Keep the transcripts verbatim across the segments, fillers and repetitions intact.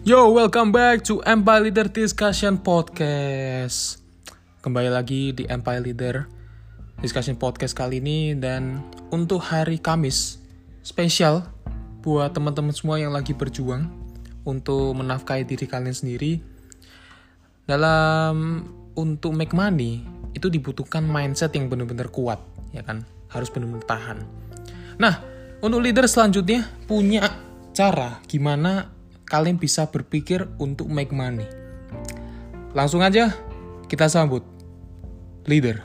Yo, welcome back to Empire Leader Discussion Podcast. Kembali lagi di Empire Leader Discussion Podcast kali ini. Dan untuk hari Kamis spesial buat teman-teman semua yang lagi berjuang untuk menafkahi diri kalian sendiri. Dalam untuk make money itu dibutuhkan mindset yang benar-benar kuat, ya kan? Harus benar-benar tahan. Nah, untuk leader selanjutnya punya cara gimana kalian bisa berpikir untuk make money. Langsung aja kita sambut leader.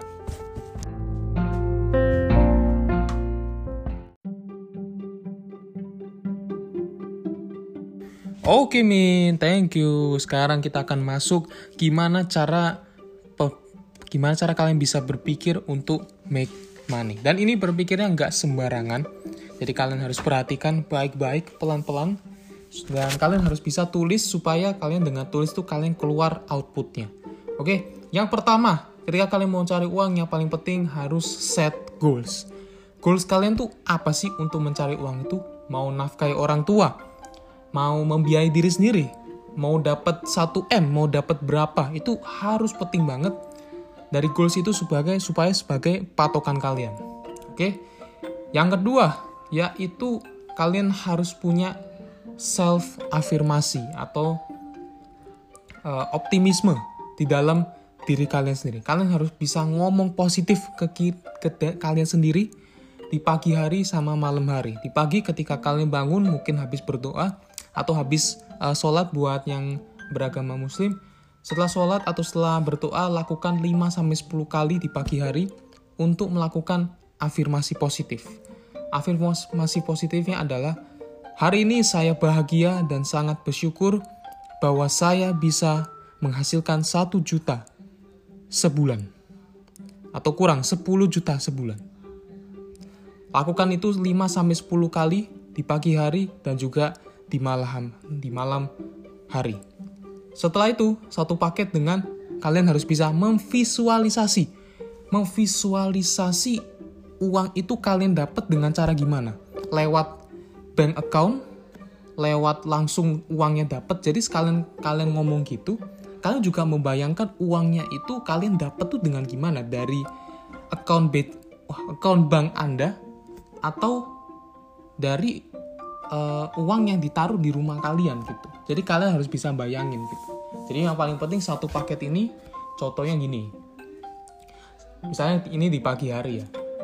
Oke Min, thank you. Sekarang kita akan masuk gimana cara pe, gimana cara kalian bisa berpikir untuk make money. Dan ini berpikirnya nggak sembarangan. Jadi kalian harus perhatikan baik-baik, pelan-pelan. Dan kalian harus bisa tulis supaya kalian dengan tulis itu kalian keluar outputnya. Oke, yang pertama, ketika kalian mau cari uang, yang paling penting harus set goals. Goals kalian tuh apa sih untuk mencari uang itu? Mau nafkahi orang tua? Mau membiayai diri sendiri? Mau dapat satu M? Mau dapat berapa? Itu harus penting banget dari goals itu sebagai supaya sebagai patokan kalian. Oke. Yang kedua, yaitu kalian harus punya self afirmasi atau uh, optimisme di dalam diri kalian sendiri. Kalian harus bisa ngomong positif ke, ke kalian sendiri di pagi hari sama malam hari. Di pagi ketika kalian bangun mungkin habis berdoa atau habis uh, sholat buat yang beragama muslim. Setelah sholat atau setelah berdoa lakukan lima sampai sepuluh kali di pagi hari untuk melakukan afirmasi positif. Afirmasi positifnya adalah hari ini saya bahagia dan sangat bersyukur bahwa saya bisa menghasilkan satu juta sebulan. Atau kurang sepuluh juta sebulan. Lakukan itu lima sampai sepuluh kali di pagi hari dan juga di malam, di malam hari. Setelah itu, satu paket dengan kalian harus bisa memvisualisasi. Memvisualisasi uang itu kalian dapat dengan cara gimana? Lewat bank account, lewat langsung uangnya dapat. Jadi sekalian kalian ngomong gitu, kalian juga membayangkan uangnya itu kalian dapat tuh dengan gimana? Dari account bet, account bank Anda atau dari uh, uang yang ditaruh di rumah kalian gitu. Jadi kalian harus bisa bayangin gitu. Jadi yang paling penting satu paket ini contohnya gini. Misalnya ini di pagi hari ya.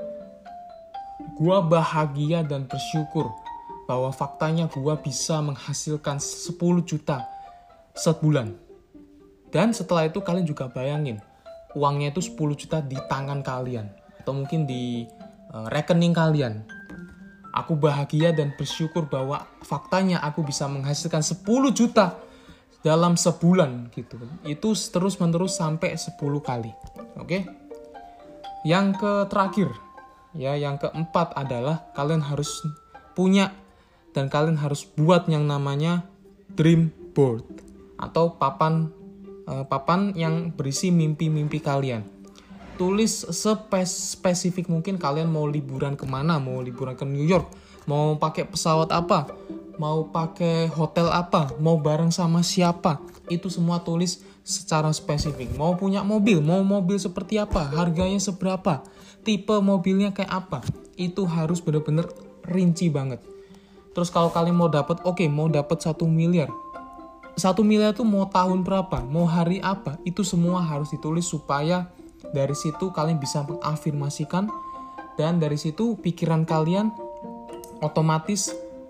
Gua bahagia dan bersyukur bahwa faktanya gue bisa menghasilkan sepuluh juta sebulan. Dan setelah itu kalian juga bayangin, uangnya itu sepuluh juta di tangan kalian. Atau mungkin di uh, rekening kalian. Aku bahagia dan bersyukur bahwa faktanya aku bisa menghasilkan sepuluh juta dalam sebulan gitu. Itu terus menerus sampai sepuluh kali. Oke? Yang ke terakhir, ya yang keempat adalah kalian harus punya dan kalian harus buat yang namanya dream board atau papan uh, papan yang berisi mimpi-mimpi kalian. Tulis spesifik mungkin kalian mau liburan kemana, mau liburan ke New York, mau pakai pesawat apa, mau pakai hotel apa, mau bareng sama siapa. Itu semua tulis secara spesifik. Mau punya mobil, mau mobil seperti apa, harganya seberapa, tipe mobilnya kayak apa. Itu harus benar-benar rinci banget. Terus kalau kalian mau dapat, oke okay, mau dapat satu miliar. Satu miliar itu mau tahun berapa, mau hari apa, itu semua harus ditulis supaya dari situ kalian bisa mengafirmasikan dan dari situ pikiran kalian otomatis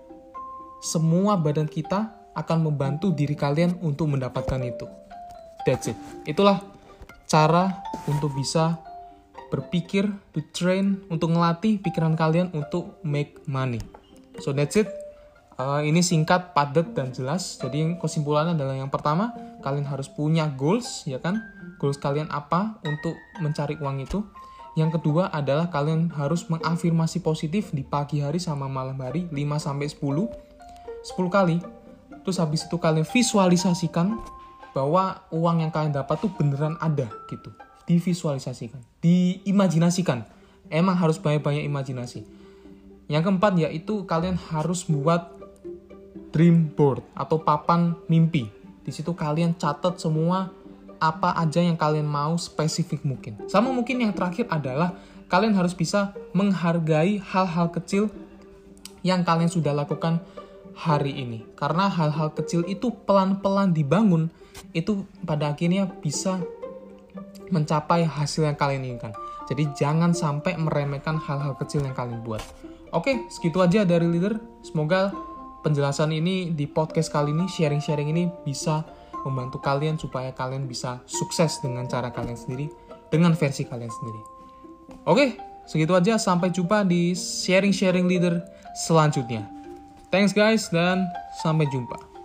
semua badan kita akan membantu diri kalian untuk mendapatkan itu. That's it. Itulah cara untuk bisa berpikir, to train, untuk ngelatih pikiran kalian untuk make money. So that's it. Uh, ini singkat, padat, dan jelas. Jadi kesimpulannya adalah yang pertama, kalian harus punya goals, ya kan? Goals kalian apa untuk mencari uang itu. Yang kedua adalah kalian harus mengafirmasi positif di pagi hari sama malam hari lima sampai sepuluh. sepuluh kali. Terus habis itu kalian visualisasikan bahwa uang yang kalian dapat tuh beneran ada gitu. Divisualisasikan, diimajinasikan. Emang harus banyak-banyak imajinasi. Yang keempat yaitu kalian harus buat dream board atau papan mimpi. Di situ kalian catat semua apa aja yang kalian mau spesifik mungkin. Sama mungkin yang terakhir adalah kalian harus bisa menghargai hal-hal kecil yang kalian sudah lakukan hari ini. Karena hal-hal kecil itu pelan-pelan dibangun, itu pada akhirnya bisa mencapai hasil yang kalian inginkan. Jadi jangan sampai meremehkan hal-hal kecil yang kalian buat. Oke, segitu aja dari leader. Semoga penjelasan ini di podcast kali ini, sharing-sharing ini bisa membantu kalian supaya kalian bisa sukses dengan cara kalian sendiri, dengan versi kalian sendiri. Oke, segitu aja. Sampai jumpa di sharing-sharing leader selanjutnya. Thanks guys, dan sampai jumpa.